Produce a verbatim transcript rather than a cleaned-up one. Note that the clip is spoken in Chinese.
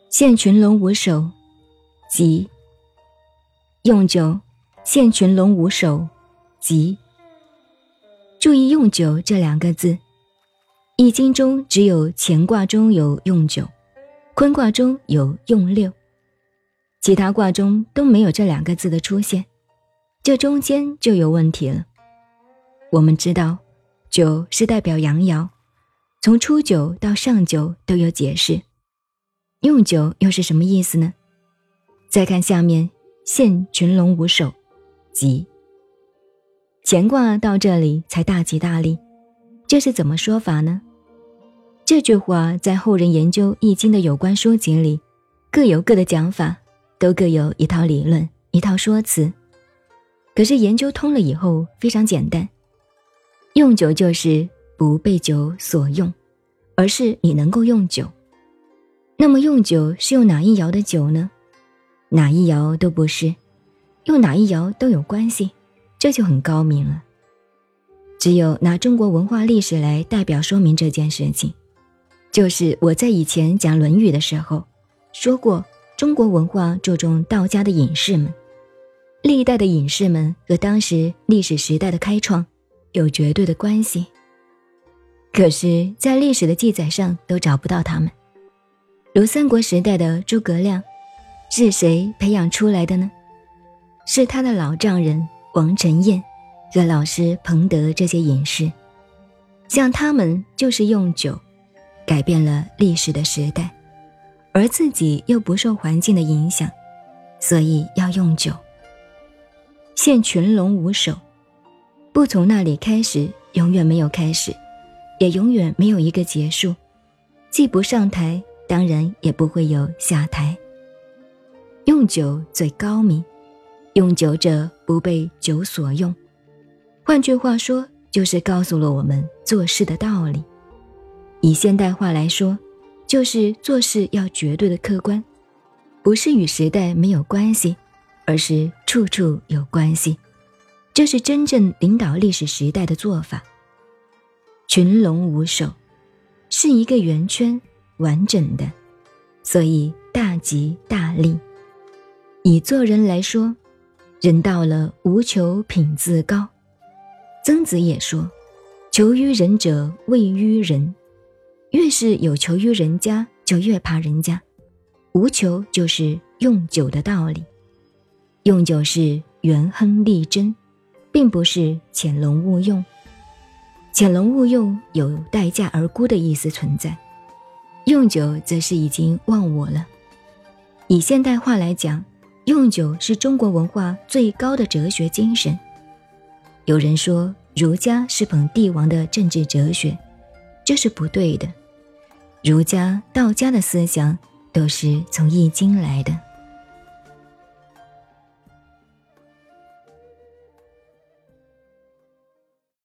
现群龙无首，吉。用酒，现群龙无首，吉。注意用酒这两个字，易经中只有乾卦中有用九，坤卦中有用六，其他卦中都没有这两个字的出现，这中间就有问题了。我们知道九是代表阳爻，从初九到上九都有解释，用九又是什么意思呢？再看下面，现群龙无首，吉。乾卦到这里才大吉大利，这是怎么说法呢？这句话在后人研究易经的有关书籍里各有各的讲法，都各有一套理论，一套说辞。可是研究通了以后非常简单，用酒就是不被酒所用，而是你能够用酒。那么用酒是用哪一爻的酒呢？哪一爻都不是，用哪一爻都有关系，这就很高明了。只有拿中国文化历史来代表说明这件事情，就是我在以前讲《论语》的时候说过，中国文化注重道家的隐士们，历代的隐士们和当时历史时代的开创有绝对的关系。可是在历史的记载上都找不到他们。如三国时代的诸葛亮，是谁培养出来的呢？是他的老丈人王承彦和老师彭德这些隐士，像他们就是用酒改变了历史的时代，而自己又不受环境的影响，所以要用酒。现群龙无首，不从那里开始，永远没有开始，也永远没有一个结束，既不上台，当然也不会有下台。用酒最高明，用酒者不被酒所用。换句话说，就是告诉了我们做事的道理。以现代化来说，就是做事要绝对的客观，不是与时代没有关系，而是处处有关系。这是真正领导历史时代的做法。群龙无首，是一个圆圈，完整的，所以大吉大利。以做人来说，人到了无求品自高。曾子也说，求于人者畏于人，越是有求于人家，就越怕人家。无求就是用酒的道理，用酒是元亨利贞，并不是潜龙勿用。潜龙勿用有待价而沽的意思存在，用酒则是已经忘我了。以现代化来讲，用酒是中国文化最高的哲学精神。有人说儒家是捧帝王的政治哲学，这是不对的。儒家、道家的思想都是从易经来的。